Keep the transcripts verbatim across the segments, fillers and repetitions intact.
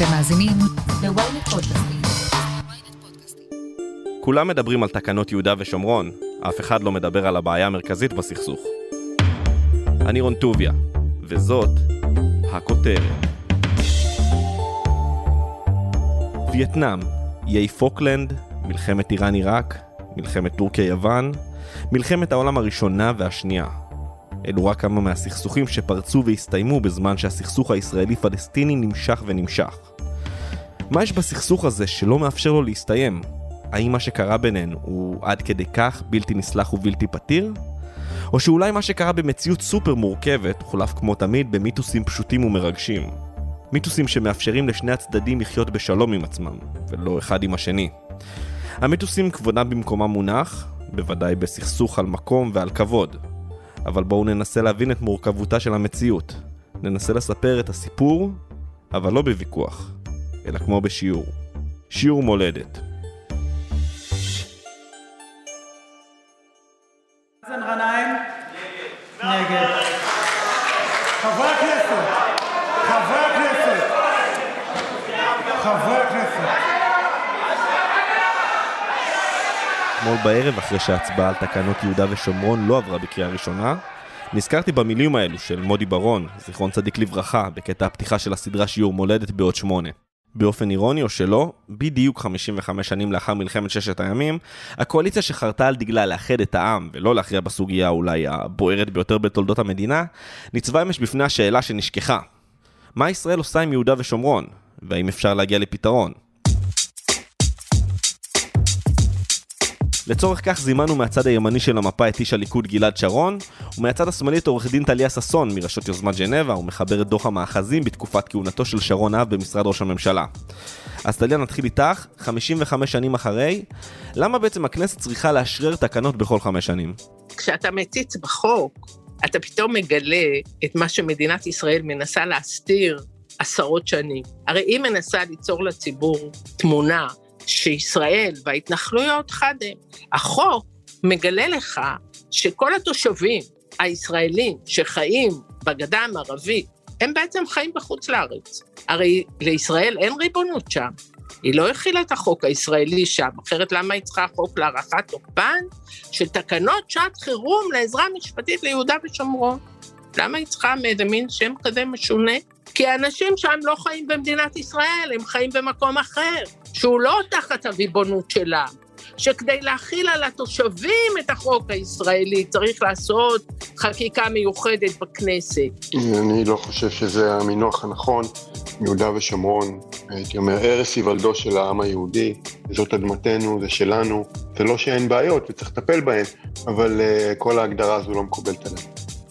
אתם מאזינים ל-Ynet פודקאסטים. כולם מדברים על תקנות יהודה ושומרון, אף אחד לא מדבר על הבעיה המרכזית בסכסוך. אני רון טוביה, וזאת הכותרת. וייטנאם, איי פוקלנד, מלחמת איראן-עיראק, מלחמת טורקיה-יוון, מלחמת העולם הראשונה והשנייה. אלו רק כמה מהסכסוכים שפרצו והסתיימו בזמן שהסכסוך הישראלי-פלסטיני נמשך ונמשך. מה יש בסכסוך הזה שלא מאפשר לו להסתיים? האם מה שקרה בינינו הוא עד כדי כך בלתי נסלח ובלתי פתיר? או שאולי מה שקרה במציאות סופר מורכבת חולף כמו תמיד במיתוסים פשוטים ומרגשים? מיתוסים שמאפשרים לשני הצדדים לחיות בשלום עם עצמם, ולא אחד עם השני. המיתוסים כבודם במקומם מונח, בוודאי בסכסוך על מקום ועל כבוד. אבל בואו ננסה להבין את מורכבותה של המציאות. ננסה לספר את הסיפור, אבל לא בוויכוח, אלא כמו בשיעור. שיעור מולדת. מאזן גנאים? נגד. חברי הכנסת! חברי הכנסת! חברי הכנסת! אתמול בערב, אחרי שההצבעה על תקנות יהודה ושומרון לא עברה בקריאה ראשונה, נזכרתי במילים האלו של מודי ברון, זיכרון צדיק לברכה, בקטע הפתיחה של הסדרה שיעור מולדת בעוד שמונה. באופן אירוני או שלא, בדיוק חמישים וחמש שנים לאחר מלחמת ששת הימים, הקואליציה שחרתה על דגלה לאחד את העם ולא להכריע בסוגיה אולי הבוערת ביותר בתולדות המדינה, ניצבה אמש בפני השאלה שנשכחה. מה ישראל עושה עם יהודה ושומרון? והאם אפשר להגיע לפתרון? לצורך כך זימנו מהצד הימני של המפה את איש הליכוד גלעד שרון, ומהצד השמאלי את עורך דין טליה ששון מראשות יוזמת ג'נבה, ומחבר את דוח המאחזים בתקופת כהונתו של שרון אב במשרד ראש הממשלה. אז טליה, נתחיל איתך, חמישים וחמש שנים אחרי, למה בעצם הכנסת צריכה לאשרר תקנות בכל חמש שנים? כשאתה מציץ בחוק, אתה פתאום מגלה את מה שמדינת ישראל מנסה להסתיר עשרות שנים. הרי היא מנסה ליצור לציבור תמונה שישראל וההתנחלויות חד הם. החוק מגלה לך שכל התושבים הישראלים שחיים בגדה המערבית, הם בעצם חיים בחוץ לארץ. הרי לישראל אין ריבונות שם. היא לא הכילה את החוק הישראלי שם, אחרת למה היא צריכה חוק להארכת תוקפן של תקנות שעת חירום לעזרה משפטית ליהודה ושומרון? למה היא צריכה מאיזה מין שם כזה משונה? כי האנשים שם לא חיים במדינת ישראל, הם חיים במקום אחר, שהוא לא תחת הריבונות שלה, שכדי להכיל על התושבים את החוק הישראלי, צריך לעשות חקיקה מיוחדת בכנסת. אני לא חושב שזה המינוח הנכון. יהודה ושומרון, הייתי אומר, ערש היוולדו של העם היהודי, זאת אדמתנו, זה שלנו, זה לא שאין בעיות וצריך לטפל בהן, אבל uh, כל ההגדרה הזו לא מקובלת עליהם.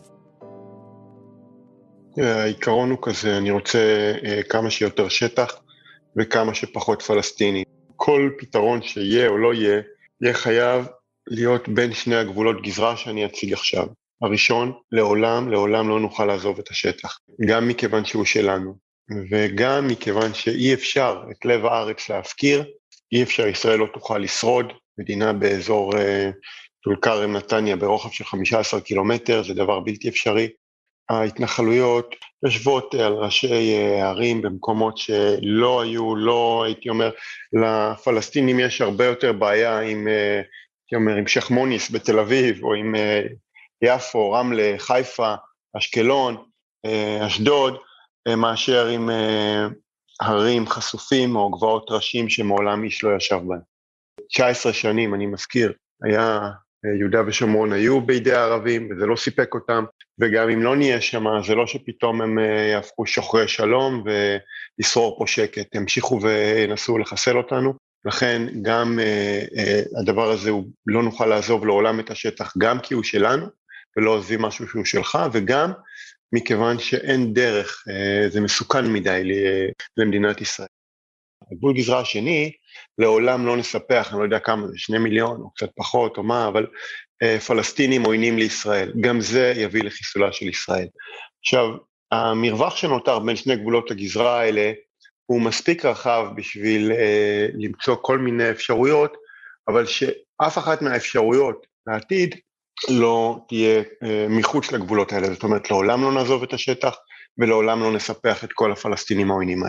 העיקרון הוא כזה, אני רוצה uh, כמה שיותר שטח וכמה שפחות פלסטיני. כל פתרון שיהיה או לא יהיה, יהיה חייב להיות בין שני הגבולות גזרה שאני אציג עכשיו. הראשון, לעולם, לעולם לא נוכל לעזוב את השטח. גם מכיוון שהוא שלנו, וגם מכיוון שאי אפשר את לב הארץ להפקיר, אי אפשר, ישראל לא תוכל לשרוד, מדינה באזור uh, טול כרם נתניה ברוחב של חמישה עשר קילומטר, זה דבר בלתי אפשרי. ההתנחלויות יושבות על ראשי הערים במקומות שלא היו, לא הייתי אומר, לפלסטינים יש הרבה יותר בעיה עם, הייתי אומר, עם שייח' מוניס בתל אביב, או עם יפו, רמלה, חיפה, אשקלון, אשדוד, מאשר עם הרים חשופים או גבעות ראשים שמעולם איש לא ישב בהם. תשע עשרה שנים, אני מזכיר, היה יהודה ושומרון היו בידי הערבים, וזה לא סיפק אותם, וגם אם לא נהיה שם, זה לא שפתאום הם יהפכו שוחרי שלום, ולשרור פה שקט, המשיכו ונסו לחסל אותנו, לכן גם הדבר הזה הוא לא נוכל לעזוב לעולם את השטח, גם כי הוא שלנו, ולא עוזבים משהו שהוא שלך, וגם מכיוון שאין דרך, זה מסוכן מדי למדינת ישראל. הגבול גזרה השני, לעולם לא נספח, אני לא יודע כמה זה, שני מיליון או קצת פחות או מה, אבל אה, פלסטינים עוינים לישראל, גם זה יביא לחיסולה של ישראל. עכשיו, המרווח שנותר בין שני גבולות הגזרה האלה, הוא מספיק רחב בשביל אה, למצוא כל מיני אפשרויות, אבל שאף אחת מהאפשרויות לעתיד לא תהיה אה, מחוץ לגבולות האלה, זאת אומרת, לעולם לא נעזוב את השטח, ולעולם לא נספח את כל הפלסטינים העוינים האלה.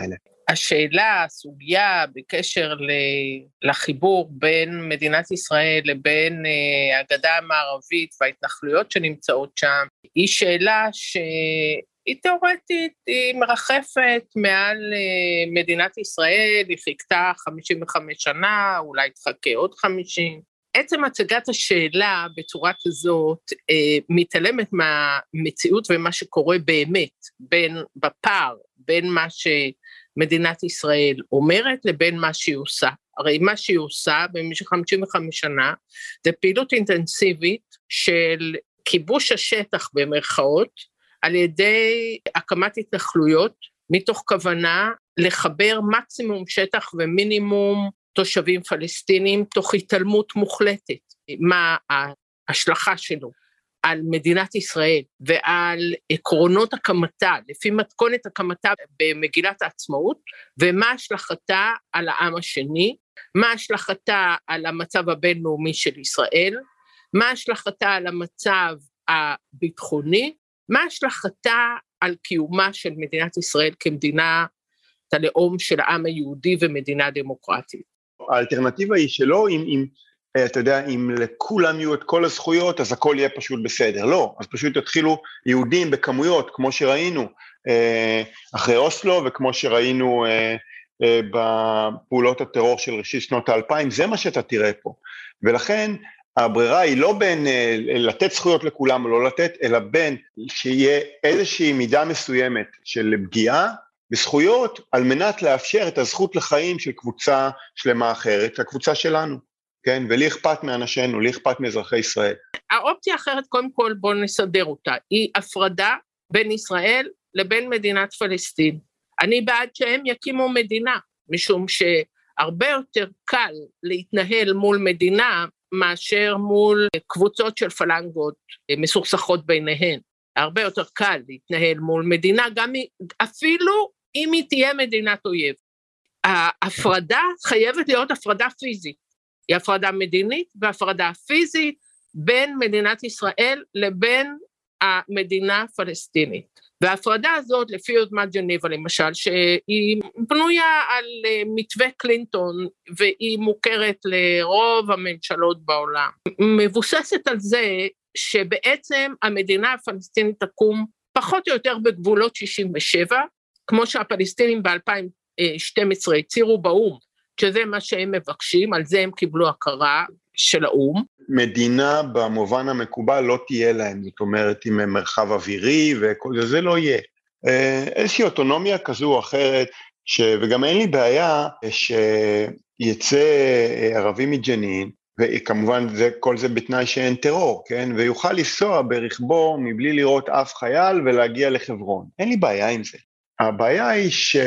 השאלה, הסוגיה בקשר לחיבור בין מדינת ישראל לבין הגדה המערבית וההתנחלויות שנמצאות שם, היא שאלה שהיא תיאורטית, היא מרחפת מעל מדינת ישראל, היא חיכתה חמישים וחמש שנה, אולי תחכה עוד חמישים. עצם הצגת השאלה בצורה כזאת אה, מתעלמת מהמציאות ומה שקורה באמת, בין, בפער, בין מה שמדינת ישראל אומרת לבין מה שהיא עושה. הרי מה שהיא עושה במשך חמישים וחמש שנה, זה פעילות אינטנסיבית של כיבוש השטח במרכאות, על ידי הקמת התנחלויות, מתוך כוונה לחבר מקסימום שטח ומינימום תושבים פלסטינים, תוך התעלמות מוחלטת, מה ההשלכה שלו על מדינת ישראל, ועל עקרונות הקמתה, לפי מתכונת הקמתה במגילת העצמאות, ומה השלכתה על העם השני, מה השלכתה על המצב הבינלאומי של ישראל, מה השלכתה על המצב הביטחוני, מה השלכתה על קיומה של מדינת ישראל כמדינה, הלאום של העם היהודי ומדינה דמוקרטית. האלטרנטיבה היא שלא, אם, אם, אתה יודע, אם לכולם יהיו את כל הזכויות, אז הכל יהיה פשוט בסדר. לא, אז פשוט יתחילו יהודים בכמויות, כמו שראינו אחרי אוסלו, וכמו שראינו בפעולות הטרור של ראשית שנות האלפיים, זה מה שאתה תראה פה. ולכן הברירה היא לא בין לתת זכויות לכולם או לא לתת, אלא בין שיהיה איזושהי מידה מסוימת של פגיעה, בזכויות על מנת לאפשר את הזכות לחיים של קבוצה שלמה אחרת, הקבוצה שלנו, כן? ולי אכפת מאנשינו, לי אכפת מאזרחי ישראל. האופציה האחרת, קודם כל בואו נסדר אותה, היא הפרדה בין ישראל לבין מדינת פלסטין. אני בעד שהם יקימו מדינה, משום שהרבה יותר קל להתנהל מול מדינה, מאשר מול קבוצות של פלנגות מסוכסכות ביניהן. הרבה יותר קל להתנהל מול מדינה, גם אפילו אם היא תהיה מדינת אויב. ההפרדה חייבת להיות הפרדה פיזית, היא הפרדה מדינית והפרדה פיזית בין מדינת ישראל לבין המדינה הפלסטינית. וההפרדה הזאת לפי יוזמת ג'נבה למשל, שהיא בנויה על מתווה קלינטון והיא מוכרת לרוב הממשלות בעולם, מבוססת על זה שבעצם המדינה הפלסטינית תקום פחות או יותר בגבולות שישים ושבע, כמו שהפלסטינים ב-אלפיים ושתים עשרה הצהירו באו"ם, שזה מה שהם מבקשים, על זה הם קיבלו הכרה של האו"ם. מדינה במובן המקובל לא תהיה להם, זאת אומרת עם מרחב אווירי וכל זה, זה לא יהיה. איזושהי אוטונומיה כזו או אחרת, ש... וגם אין לי בעיה שיצא ערבי מג'נין, וכמובן זה, כל זה בתנאי שאין טרור, כן? ויוכל לנסוע ברכבו מבלי לראות אף חייל ולהגיע לחברון. אין לי בעיה עם זה. הבעיה היא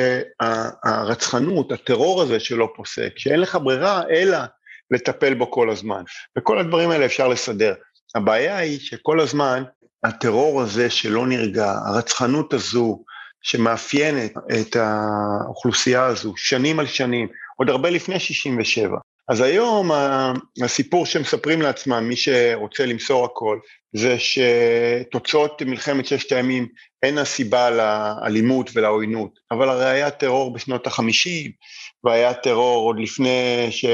שהרצחנות, הטרור הזה שלא פוסק, שאין לך ברירה אלא לטפל בו כל הזמן. וכל הדברים האלה אפשר לסדר. הבעיה היא שכל הזמן הטרור הזה שלא נרגע, הרצחנות הזו שמאפיינת את האוכלוסייה הזו שנים על שנים, עוד הרבה לפני שישים ושבע. אז היום הסיפור שמספרים לעצמם, מי שרוצה למסור הכל, זה שתוצאות מלחמת ששת הימים אין הסיבה לאלימות ולעוינות, אבל הרי היה טרור בשנות החמישים, והיה טרור עוד לפני ש...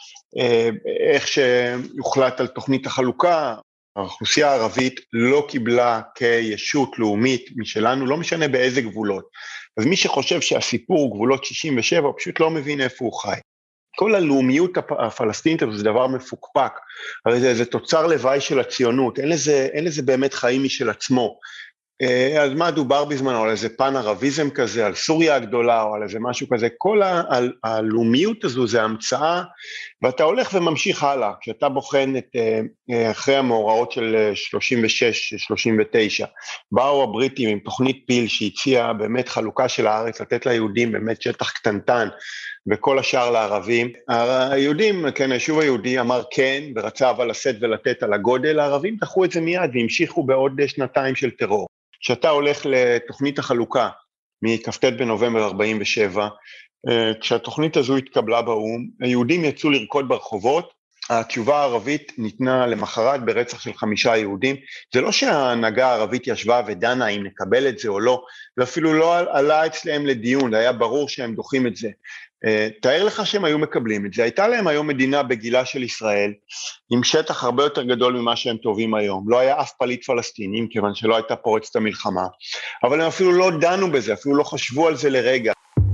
איך שיוחלט על תוכנית החלוקה, האוכלוסייה הערבית לא קיבלה כישות לאומית משלנו, לא משנה באיזה גבולות. אז מי שחושב שהסיפור הוא גבולות שישים ושבע, פשוט לא מבין איפה הוא חי. כל הלאומיות הפלסטינית זה דבר מפוקפק, הרי זה, זה תוצר לוואי של הציונות, אין לזה, אין לזה באמת חיים משל עצמו. אז מה דובר בזמנו, על איזה פן ערביזם כזה, על סוריה הגדולה, או על איזה משהו כזה, כל הלאומיות הזו זה המצאה, ואתה הולך וממשיך הלאה, כשאתה בוחן את, אחרי המאורעות של שלושים ושש שלושים ותשע, באו הבריטים עם תוכנית פיל שהציעה באמת חלוקה של הארץ, לתת ליהודים באמת שטח קטנטן, וכל השאר לערבים. היהודים, כן, היישוב היהודי אמר כן, ורצה אבל לשאת ולתת על הגודל, הערבים דחו את זה מיד, והמשיכו בעוד שנתיים של טרור. כשאתה הולך לתוכנית החלוקה, מכ"ט בנובמבר ארבעים ושבע, כשהתוכנית הזו התקבלה באו"ם, היהודים יצאו לרקוד ברחובות, התשובה הערבית ניתנה למחרת ברצח של חמישה יהודים. זה לא שההנהגה הערבית ישבה ודנה אם נקבל את זה או לא, זה אפילו לא עלה אצלם לדיון, היה ברור שהם דוחים את זה. תאר לך שהם היו מקבלים את זה, הייתה להם היום מדינה בגילה של ישראל, עם שטח הרבה יותר גדול ממה שהם טובים היום, לא היה אף פליט פלסטינים, כיוון שלא הייתה פורצת המלחמה, אבל הם אפילו לא דנו בזה, אפילו לא חשבו על זה לרגע.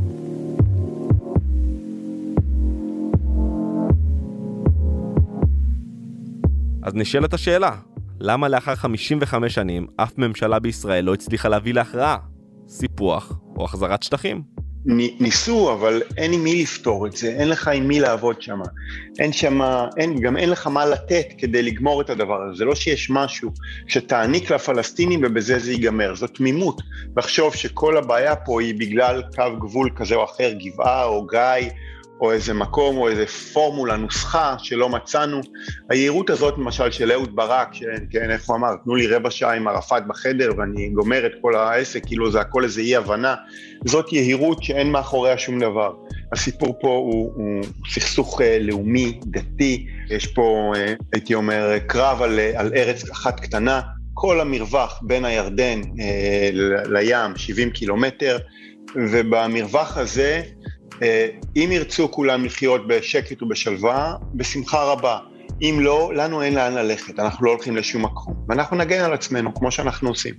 אז נשאלת השאלה, למה לאחר חמישים וחמש שנים אף ממשלה בישראל לא הצליחה להביא להכרעה? סיפוח או החזרת שטחים? ניסו, אבל אין עם מי לפתור את זה, אין לך עם מי לעבוד שם, אין שם, אין, גם אין לך מה לתת כדי לגמור את הדבר הזה, זה לא שיש משהו שתעניק לפלסטינים ובזה זה ייגמר, זאת תמימות, לחשוב שכל הבעיה פה היא בגלל קו גבול כזה או אחר, גבעה או גיא, או איזה מקום, או איזה פורמולה, נוסחה שלא מצאנו. היהירות הזאת, למשל, של אהוד ברק, כן, איך הוא אמר, תנו לי רבע שעה עם ערפאת בחדר, ואני גומר את כל העסק, כאילו זה הכל איזה אי הבנה. זאת יהירות שאין מאחוריה שום דבר. הסיפור פה הוא, הוא סכסוך לאומי, דתי, יש פה, הייתי אומר, קרב על, על ארץ אחת קטנה, כל המרווח בין הירדן אה, לים, שבעים קילומטר, ובמרווח הזה, אם ירצו כולם לחיות בשקט ובשלווה, בשמחה רבה. אם לא, לנו אין לאן ללכת, אנחנו לא הולכים לשום מקום. ואנחנו נגן על עצמנו, כמו שאנחנו עושים.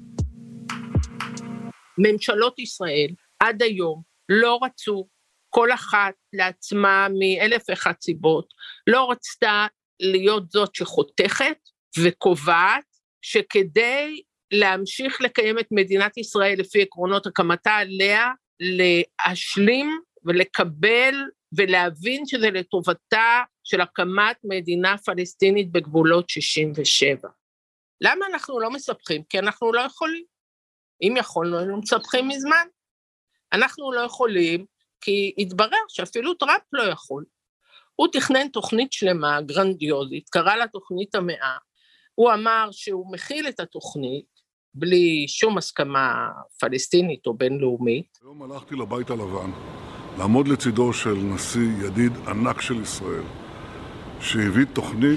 ממשלות ישראל עד היום לא רצו, כל אחת לעצמה מאלף ואחת סיבות, לא רצתה להיות זאת שחותכת וקובעת, שכדי להמשיך לקיים את מדינת ישראל לפי עקרונות הקמתה עליה, להשלים ולקבל ולהבין שזה לטובתה של הקמת מדינה פלסטינית בגבולות שישים ושבע. למה אנחנו לא מספחים? כי אנחנו לא יכולים. אם יכולנו, היינו מספחים מזמן. אנחנו לא יכולים, כי התברר שאפילו טראמפ לא יכול. הוא תכנן תוכנית שלמה, גרנדיוזית, קרא לה תוכנית המאה. הוא אמר שהוא מכיל את התוכנית, בלי שום הסכמה פלסטינית או בינלאומית. היום הלכתי לבית הלבן, לעמוד לצידו של נשיא ידיד ענק של ישראל, שהביא תוכנית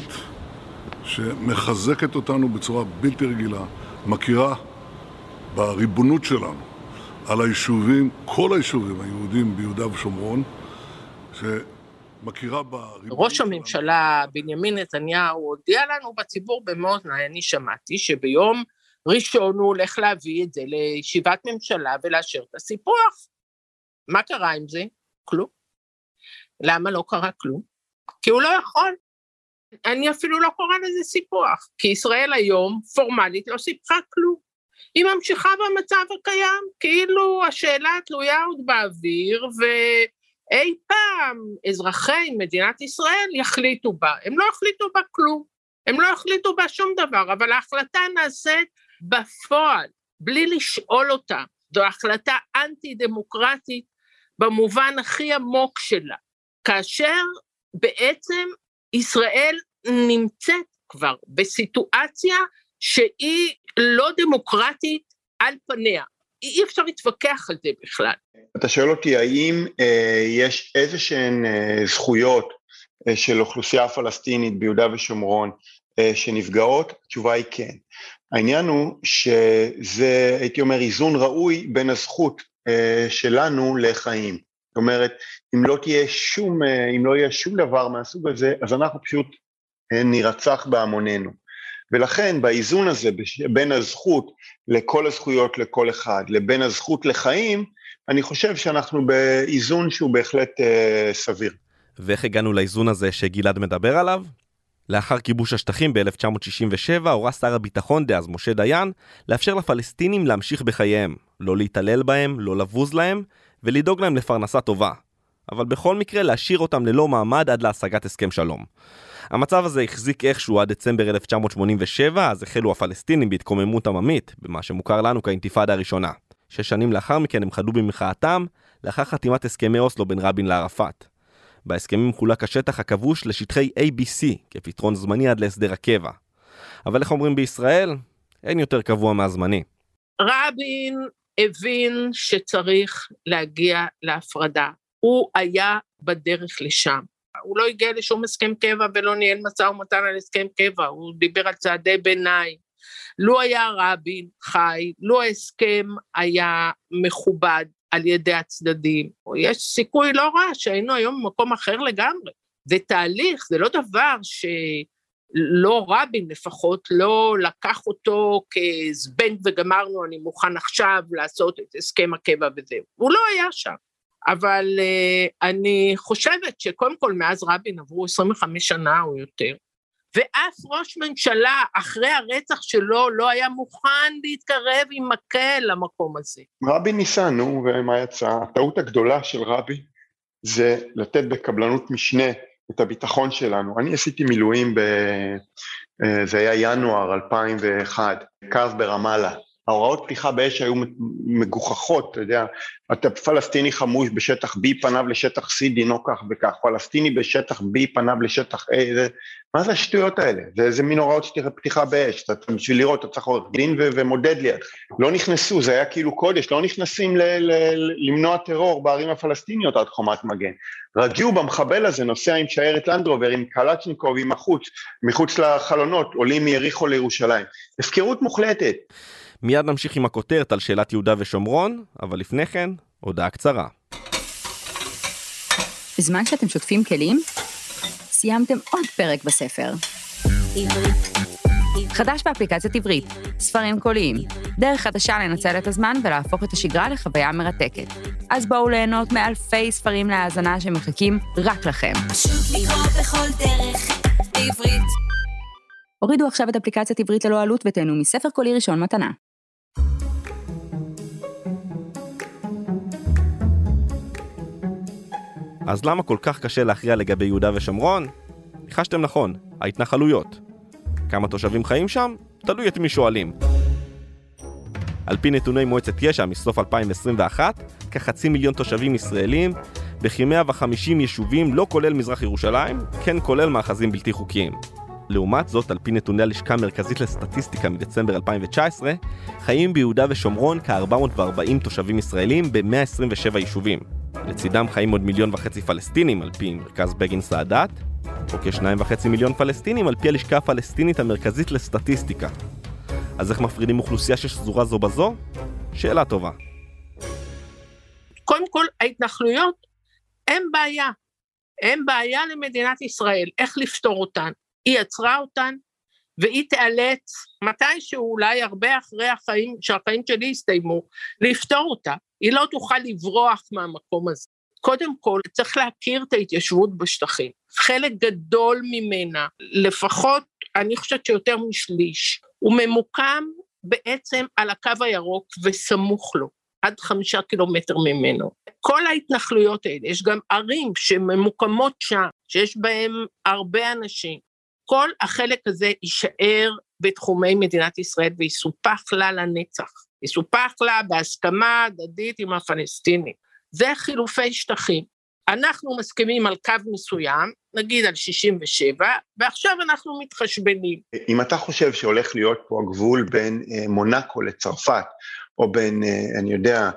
שמחזקת אותנו בצורה בלתי רגילה, מכירה בריבונות שלנו על היישובים, כל היישובים היהודים ביהודה ושומרון, שמכירה בריבונות ראש הממשלה בנימין נתניהו הודיע לנו בציבור במאות, אני שמעתי שביום ראשון הוא הולך להביא את זה לישיבת ממשלה ולאשר את הסיפוח. מה קרה עם זה? כלום. למה לא קרה כלום? כי הוא לא יכול. אני אפילו לא קורא לזה סיפוח, כי ישראל היום פורמלית לא סיפחה כלום. היא ממשיכה במצב הקיים, כאילו השאלה תלויה עוד באוויר, ואי פעם אזרחי מדינת ישראל יחליטו בה. הם לא החליטו בה כלום, הם לא החליטו בה שום דבר, אבל ההחלטה נעשית בפועל, בלי לשאול אותה. זו החלטה אנטי-דמוקרטית במובן הכי עמוק שלה, כאשר בעצם ישראל נמצאת כבר בסיטואציה שהיא לא דמוקרטית על פניה. אי אפשר להתווכח על זה בכלל. אתה שואל אותי, האם אה, יש איזה שהן אה, זכויות אה, של אוכלוסייה פלסטינית ביהודה ושומרון אה, שנפגעות? התשובה היא כן. העניין הוא שזה, הייתי אומר, איזון ראוי בין הזכות אה, שלנו לחיים. זאת אומרת, אם לא תהיה שום, אה, אם לא יהיה שום דבר מהסוג הזה, אז אנחנו פשוט אה, נרצח בהמוננו. ולכן באיזון הזה בין הזכות לכל הזכויות לכל אחד, לבין הזכות לחיים, אני חושב שאנחנו באיזון שהוא בהחלט אה, סביר. ואיך הגענו לאיזון הזה שגלעד מדבר עליו? לאחר כיבוש השטחים ב-אלף תשע מאות שישים ושבע, הורה שר הביטחון דאז משה דיין לאפשר לפלסטינים להמשיך בחייהם, לא להתעלל בהם, לא לבוז להם, ולדאוג להם לפרנסה טובה. אבל בכל מקרה להשאיר אותם ללא מעמד עד להשגת הסכם שלום. המצב הזה החזיק איכשהו עד דצמבר אלף תשע מאות שמונים ושבע, אז החלו הפלסטינים בהתקוממות עממית, במה שמוכר לנו כאינתיפאדה הראשונה. שש שנים לאחר מכן הם חדלו במחאתם, לאחר חתימת הסכמי אוסלו בין רבין לערפאת. בהסכמים חולק השטח הכבוש לשטחי איי בי סי, כפתרון זמני עד להסדר הקבע. אבל איך אומרים בישראל? אין יותר קבוע מהזמני. רבין הבין שצריך להגיע להפרדה. הוא היה בדרך לשם. הוא לא הגיע לשום הסכם קבע ולא ניהל משא ומתן על הסכם קבע, הוא דיבר על צעדי ביניים. לו היה רבין חי, לו ההסכם היה מכובד על ידי הצדדים, יש סיכוי לא רע שהיינו היום במקום אחר לגמרי. זה תהליך, זה לא דבר שלא רבין לפחות, לא לקח אותו כזבנג וגמרנו, אני מוכן עכשיו לעשות את הסכם הקבע וזהו. הוא לא היה שם. אבל uh, אני חושבת שקודם כל מאז רבין עברו עשרים וחמש שנה או יותר, ואף ראש ממשלה אחרי הרצח שלו לא היה מוכן להתקרב עם מקל למקום הזה. רבין ניסה, נו, ומה יצא? הטעות הגדולה של רבין זה לתת בקבלנות משנה את הביטחון שלנו. אני עשיתי מילואים, ב... זה היה ינואר אלפיים ואחת, קו ברמאללה. ההוראות פתיחה באש היו מגוחכות, אתה יודע, אתה פלסטיני חמוש בשטח B פניו לשטח C, דינו כך וכך, פלסטיני בשטח B פניו לשטח A, זה, מה זה השטויות האלה? זה, זה מין הוראות פתיחה באש, אתה, בשביל לראות, אתה צריך עורך דין ו- ומודד ליד, לא נכנסו, זה היה כאילו קודש, לא נכנסים ל- ל- למנוע טרור בערים הפלסטיניות עד חומת מגן, רגיעו במחבל הזה, נוסע עם שיירת לנדרובר, עם קלצ'ניקוב, עם החוץ, מחוץ לחלונות, עולים מיריחו לירושלים, הפקרות מוחלטת. מיד נמשיך עם הכותרת על שאלת יהודה ושומרון, אבל לפני כן, הודעה קצרה. בזמן שאתם שוטפים כלים, סיימתם עוד פרק בספר. עברית. חדש באפליקציית עברית, ספרים קוליים, דרך חדשה לנצל את הזמן ולהפוך את השגרה לחוויה מרתקת. אז בואו ליהנות מאלפי ספרים להאזנה שמחכים רק לכם. פשוט לקרוא בכל דרך, בעברית. הורידו עכשיו את אפליקציית עברית ללא עלות ותהנו מספר קולי ראשון מתנה. אז למה כל כך קשה להכריע לגבי יהודה ושומרון? ניחשתם נכון, ההתנחלויות. כמה תושבים חיים שם? תלוי את מי שואלים. על פי נתוני מועצת יש"ע מסוף אלפיים עשרים ואחת, כחצי מיליון תושבים ישראלים, בכ-מאה וחמישים יישובים, לא כולל מזרח ירושלים, כן כולל מאחזים בלתי חוקיים. לעומת זאת, על פי נתוני הלשכה המרכזית לסטטיסטיקה מדצמבר אלפיים תשע עשרה, חיים ביהודה ושומרון כ-ארבע מאות וארבעים תושבים ישראלים ב-מאה עשרים ושבע יישובים. לצידם חיים עוד מיליון וחצי פלסטינים על פי מרכז בגין סעדת, או כשניים וחצי מיליון פלסטינים על פי הלשכה הפלסטינית המרכזית לסטטיסטיקה. אז איך מפרידים אוכלוסייה ששזורה זו בזו? שאלה טובה. קודם כל, ההתנחלויות הם בעיה. הם בעיה למדינת ישראל. איך לפתור אותן? היא יצרה אותן, והיא תיאלץ, מתי שאולי הרבה אחרי החיים, שהחיים שלי הסתיימו, לפתור אותה. היא לא תוכל לברוח מהמקום הזה. קודם כל, צריך להכיר את ההתיישבות בשטחים. חלק גדול ממנה, לפחות, אני חושבת שיותר משליש, הוא ממוקם בעצם על הקו הירוק וסמוך לו, עד חמישה קילומטר ממנו. כל ההתנחלויות האלה, יש גם ערים שממוקמות שם, שיש בהם הרבה אנשים. כל החלק הזה יישאר בתחומי מדינת ישראל ויסופח לה לנצח. יסופח לה בהסכמה הדדית עם הפלסטינים. זה חילופי שטחים. אנחנו מסכימים על קו מסוים, נגיד על שישים ושבע, ועכשיו אנחנו מתחשבנים. אם אתה חושב שהולך להיות פה הגבול בין מונקו לצרפת, או בין, אני יודע,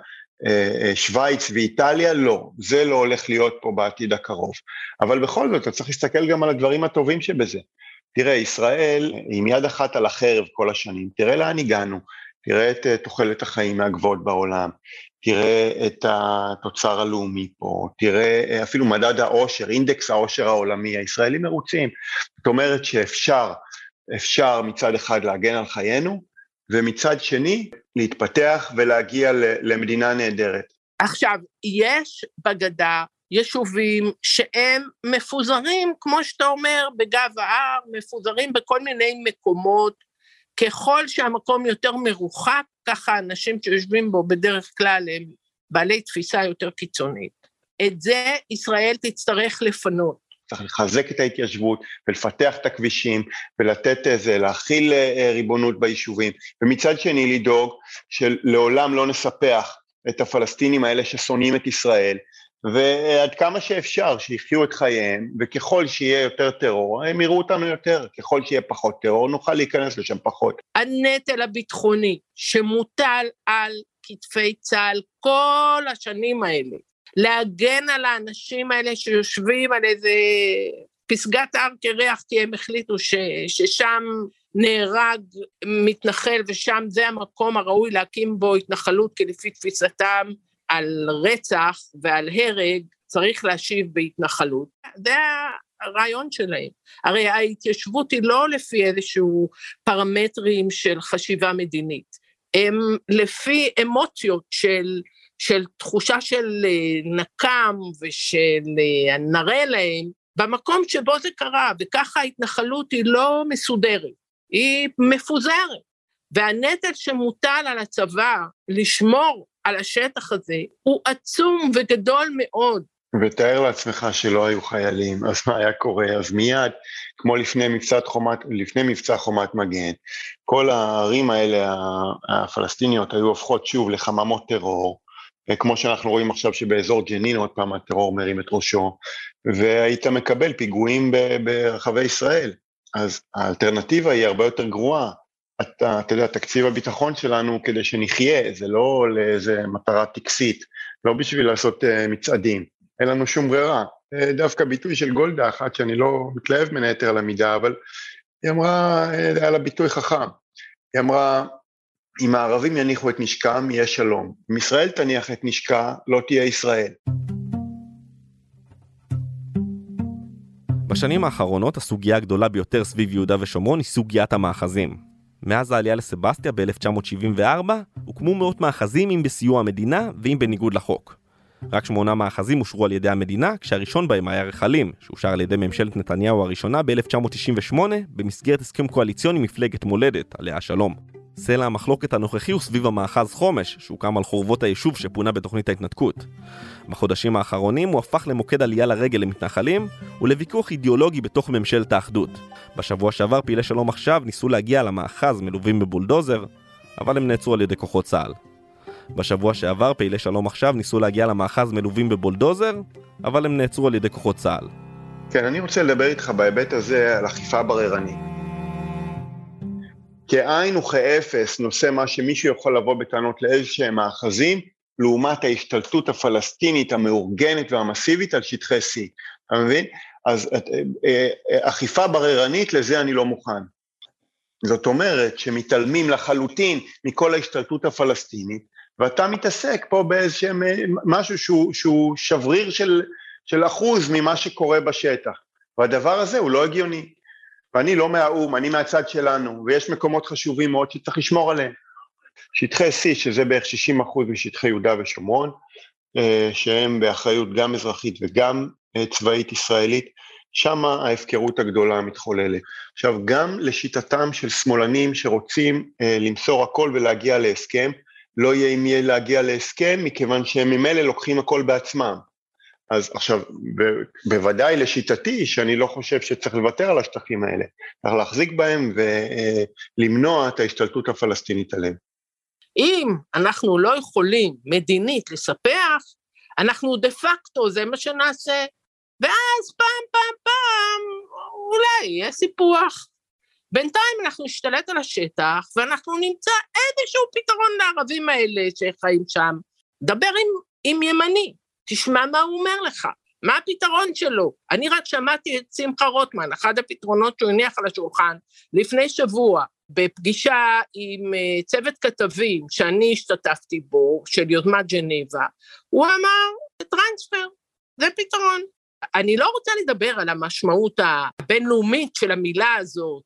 שוויץ ואיטליה, לא. זה לא הולך להיות פה בעתיד הקרוב. אבל בכל זאת, אתה צריך להסתכל גם על הדברים הטובים שבזה. תראה, ישראל עם יד אחת על החרב כל השנים, תראה לאן הגענו, תראה את תוחלת החיים מהגבוהות בעולם, תראה את התוצר הלאומי פה, תראה אפילו מדד העושר, אינדקס העושר העולמי, הישראלים מרוצים. זאת אומרת שאפשר, אפשר מצד אחד להגן על חיינו, ומצד שני להתפתח ולהגיע למדינה נהדרת. עכשיו, יש בגדה יישובים שהם מפוזרים, כמו שאתה אומר, בגב ההר, מפוזרים בכל מיני מקומות, ככל שהמקום יותר מרוחק, ככה אנשים שיושבים בו בדרך כלל הם בעלי תפיסה יותר קיצונית. את זה ישראל תצטרך לפנות. צריך לחזק את ההתיישבות ולפתח את הכבישים ולתת איזה, להכיל ריבונות ביישובים, ומצד שני לדאוג שלעולם לא נספח את הפלסטינים האלה ששונאים את ישראל, ועד כמה שאפשר שיחיו את חייהם, וככל שיהיה יותר טרור, הם יראו אותנו יותר, ככל שיהיה פחות טרור, נוכל להיכנס לשם פחות. הנטל הביטחוני שמוטל על כתפי צה"ל כל השנים האלה, להגן על האנשים האלה שיושבים על איזה פסגת הר קרח, כי הם החליטו ש, ששם נהרג מתנחל, ושם זה המקום הראוי להקים בו התנחלות, כי לפי תפיסתם על רצח ועל הרג צריך להשיב בהתנחלות. זה הרעיון שלהם. הרי ההתיישבות היא לא לפי איזשהו פרמטרים של חשיבה מדינית, הם לפי אמוציות של, של תחושה של נקם ושל נראה להם, במקום שבו זה קרה, וככה ההתנחלות היא לא מסודרת, היא מפוזרת, והנטל שמוטל על הצבא לשמור על השטח הזה, הוא עצום וגדול מאוד. ותאר לעצמך שלא היו חיילים, אז מה היה קורה? אז מיד, כמו לפני מבצע חומת, לפני מבצע חומת מגן, כל הערים האלה, הפלסטיניות, היו הופכות שוב לחממות טרור, כמו שאנחנו רואים עכשיו שבאזור ג'נין, עוד פעם הטרור מרים את ראשו, והיית מקבל פיגועים ברחבי ישראל. אז האלטרנטיבה היא הרבה יותר גרועה. אתה, אתה יודע, תקציב הביטחון שלנו כדי שנחיה, זה לא לאיזה מטרה טקסית, לא בשביל לעשות uh, מצעדים, אין לנו שום ברירה. Uh, דווקא ביטוי של גולדה, אחת שאני לא מתלהב מן היתר על המידה, אבל היא אמרה, uh, על הביטוי חכם, היא אמרה, אם הערבים יניחו את נשקם, יהיה שלום. אם ישראל תניח את נשקה, לא תהיה ישראל. בשנים האחרונות הסוגיה הגדולה ביותר סביב יהודה ושומרון היא סוגיית המאחזים. מאז העלייה לסבסטיה ב-אלף תשע מאות שבעים וארבע הוקמו מאות מאחזים אם בסיוע המדינה ואם בניגוד לחוק. רק שמונה מאחזים אושרו על ידי המדינה, כשהראשון בהם היה רחלים, שאושר על ידי ממשלת נתניהו הראשונה ב-אלף תשע מאות תשעים ושמונה במסגרת הסכם קואליציוני מפלגת מולדת, עליה שלום. סלע המחלוקת הנוכחי הוא סביב המאחז חומש, שהוקם על חורבות היישוב שפונה בתוכנית ההתנתקות. בחודשים האחרונים הוא הפך למוקד עלייה לרגל למתנחלים ולוויכוח אידיאולוגי בתוך ממשלת האחדות. בשבוע שעבר פעילי שלום עכשיו ניסו להגיע למאחז מלווים בבולדוזר, אבל הם נעצרו על ידי כוחות צה"ל. בשבוע שעבר פעילי שלום עכשיו ניסו להגיע למאחז מלווים בבולדוזר, אבל הם נעצרו על ידי כוחות צה"ל. כן, אני רוצה לדבר איתך בהיבט הזה על אכיפה בררנית. כעין וכאפס נושא מה שמישהו יכול לבוא בטענות לאיזשהם מאחזים, לעומת ההשתלטות הפלסטינית המאורגנת והמסיבית על שטחי C. אתה מבין? אז אכיפה בררנית לזה אני לא מוכן. זאת אומרת שמתעלמים לחלוטין מכל ההשתלטות הפלסטינית, ואתה מתעסק פה באיזשהם משהו שהוא, שהוא שבריר של, של אחוז ממה שקורה בשטח. והדבר הזה הוא לא הגיוני. ואני לא מהאום, אני מהצד שלנו, ויש מקומות חשובים מאוד שצריך לשמור עליהם. שטחי C, שזה בערך שישים אחוז משטחי יהודה ושומרון, שהם באחריות גם אזרחית וגם צבאית ישראלית, שם ההפקרות הגדולה מתחוללת. עכשיו, גם לשיטתם של שמאלנים שרוצים למסור הכל ולהגיע להסכם, לא יהיה אם יהיה להגיע להסכם, מכיוון שהם ממילא לוקחים הכל בעצמם. אז עכשיו, בוודאי לשיטתי, שאני לא חושב שצריך לוותר על השטחים האלה, צריך להחזיק בהם ולמנוע את ההשתלטות הפלסטינית עליהם. אם אנחנו לא יכולים מדינית לספח, אנחנו דה פקטו, זה מה שנעשה, ואז פעם פעם פעם, אולי יהיה סיפוח. בינתיים אנחנו נשתלט על השטח, ואנחנו נמצא איזשהו פתרון לערבים האלה שחיים שם. דבר עם, עם ימני, תשמע מה הוא אומר לך, מה הפתרון שלו. אני רק שמעתי את שמחה רוטמן, אחד הפתרונות שהוא הניח על השולחן, לפני שבוע, בפגישה עם צוות כתבים שאני השתתפתי בו, של יוזמת ג'נבה, הוא אמר, טרנספר, זה פתרון. אני לא רוצה לדבר על המשמעות הבינלאומית של המילה הזאת,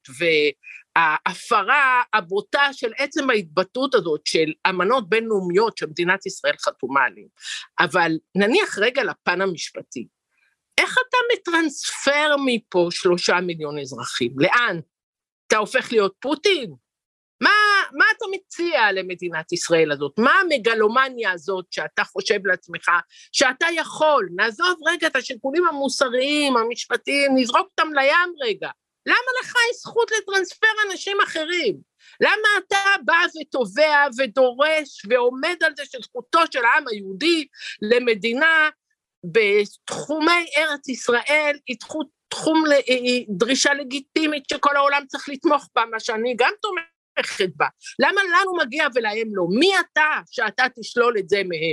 וההפרה הבוטה של עצם ההתבטאות הזאת, של אמנות בינלאומיות שמדינת ישראל חתומה עליהן, אבל נניח רגע לפן המשפטי, איך אתה מטרנספר מפה שלושה מיליון אזרחים? לאן? אתה הופך להיות פוטין? מה, מה אתה מציע למדינת ישראל הזאת? מה המגלומניה הזאת שאתה חושב לעצמך, שאתה יכול, נעזוב רגע את השיקולים המוסריים, המשפטיים, נזרוק אותם לים רגע. למה לך יש זכות לטרנספר אנשים אחרים? למה אתה בא ותובע ודורש ועומד על זה שזכותו של העם היהודי למדינה בתחומי ארץ ישראל, היא תחום, תחום היא דרישה לגיטימית שכל העולם צריך לתמוך בה, מה שאני גם תומכת בה. למה לנו מגיע ולהם לא? מי אתה שאתה תשלול את זה מהם?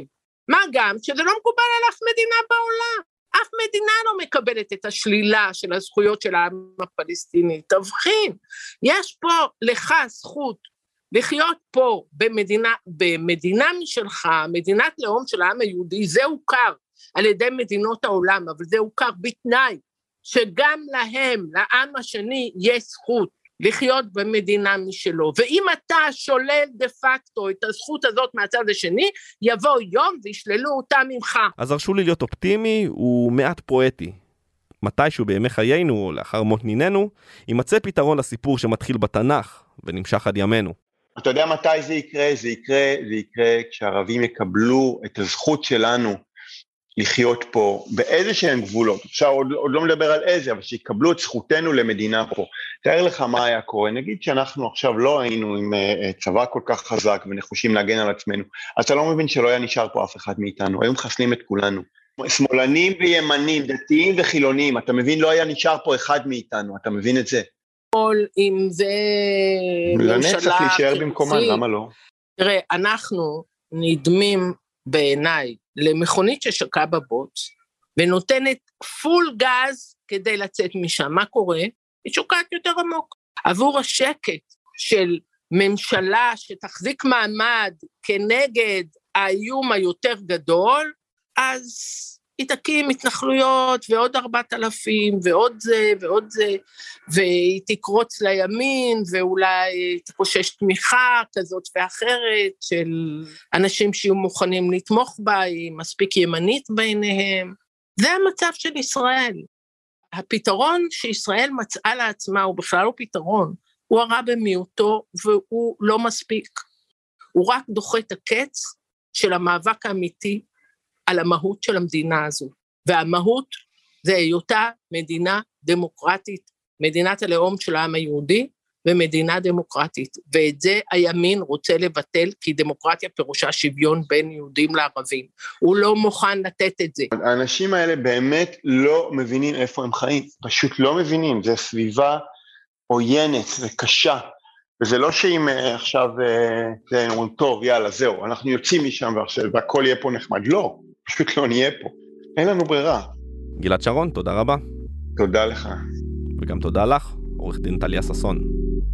מה גם שזה לא מקובל על אף מדינה בעולם. אף מדינה לא מקבלת את השלילה של הזכויות של העם הפלסטיני. תבחין, יש פה לך זכות לחיות פה במדינה, במדינה משלך, מדינת לאום של העם היהודי, זה הוכר על ידי מדינות העולם, אבל זה הוכר בתנאי שגם להם, לעם השני, יש זכות לחיות במדינה משלו, ואם אתה שולל דה פקטו את הזכות הזאת מהצד השני, יבוא יום וישללו אותה ממך. אז הרשו לי להיות אופטימי ומעט פואטי. מתישהו בימי חיינו, או לאחר מות נינינו, יימצא פתרון לסיפור שמתחיל בתנ"ך ונמשך עד ימינו. אתה יודע מתי זה יקרה? זה יקרה, זה יקרה כשהערבים יקבלו את הזכות שלנו לחיות פה באיזה שהם גבולות, עכשיו עוד, עוד לא מדבר על איזה, אבל שיקבלו את זכותנו למדינה פה. תאר לך מה היה קורה, נגיד שאנחנו עכשיו לא היינו עם uh, צבא כל כך חזק ונחושים להגן על עצמנו, אז אתה לא מבין שלא היה נשאר פה אף אחד מאיתנו, היו מחסלים את כולנו. שמאלנים וימנים, דתיים וחילונים, אתה מבין, לא היה נשאר פה אחד מאיתנו, אתה מבין את זה? אם זה ממשלה... לנצח להישאר במקומן, למה לא? תראה, אנחנו נדמים בעיניי למכונית ששקעה בבוץ, ונותנת פול גז כדי לצאת משם. מה קורה? היא שוקעת יותר עמוק. עבור השקט של ממשלה שתחזיק מעמד כנגד האיום היותר גדול, אז היא תקים התנחלויות ועוד ארבעת אלפים ועוד זה ועוד זה, והיא תקרוץ לימין ואולי תקושש תמיכה כזאת ואחרת של אנשים שיהיו מוכנים לתמוך בה, היא מספיק ימנית בעיניהם. זה המצב של ישראל. הפתרון שישראל מצאה לעצמה הוא בכלל לא פתרון, הוא הרע במיעוטו והוא לא מספיק. הוא רק דוחה את הקץ של המאבק האמיתי על המהות של המדינה הזו, והמהות זה היותה מדינה דמוקרטית, מדינת הלאום של העם היהודי, ומדינה דמוקרטית, ואת זה הימין רוצה לבטל, כי דמוקרטיה פירושה שוויון בין יהודים לערבים, הוא לא מוכן לתת את זה. האנשים האלה באמת לא מבינים איפה הם חיים, פשוט לא מבינים, זה סביבה עוינת וקשה, וזה לא שאם עכשיו, זה אומרים, טוב, יאללה, זהו, אנחנו יוצאים משם ועכשיו, והכל יהיה פה נחמד, לא, פשוט לא נהיה פה, אין לנו ברירה. גלעד שרון, תודה רבה. תודה לך. וגם תודה לך, עורך דין טליה ששון.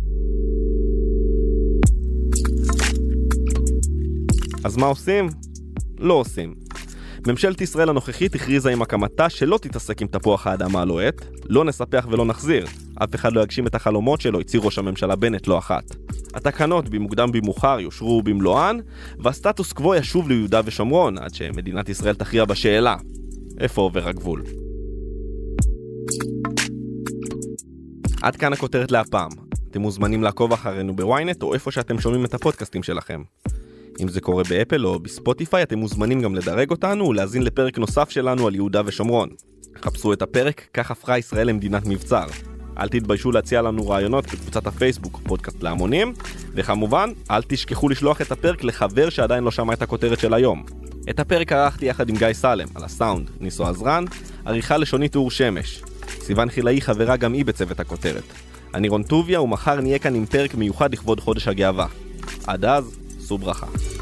אז מה עושים? לא עושים. ממשלת ישראל הנוכחית הכריזה עם הקמתה שלא תתעסק עם תפוח האדמה הלוהט, לא נספח ולא נחזיר. אף אחד לא יגשים את החלומות שלו, הצהיר ראש הממשלה בנט לא אחת. התקנות במוקדם במאוחר יושרו במלואן, והסטטוס קוו ישוב ליהודה ושומרון, עד שמדינת ישראל תכריע בשאלה. איפה עובר הגבול? עד כאן הכותרת להפעם. אתם מוזמנים לעקוב אחרינו בוויינט או איפה שאתם שומעים את הפודקאסטים שלכם. אם זה קורה באפל או בספוטיפיי, אתם מוזמנים גם לדרג אותנו ולהזין לפרק נוסף שלנו על יהודה ושומרון. חפשו את הפרק, כך הפכה ישראל למדינת מבצר. אל תתביישו להציע לנו רעיונות בקבוצת הפייסבוק, פודקאסט להמונים, וכמובן, אל תשכחו לשלוח את הפרק לחבר שעדיין לא שמע את הכותרת של היום. את הפרק ערכתי יחד עם גיא סלם, על הסאונד, ניסו עזרן, עריכה לשונית אור שמש. סיוון חילאי חברה גם היא בצוות הכותרת. אני רון טוביה, ומחר נהיה כאן עם פרק מיוחד לכבוד חודש הגאווה. עד אז, סעו ברכה.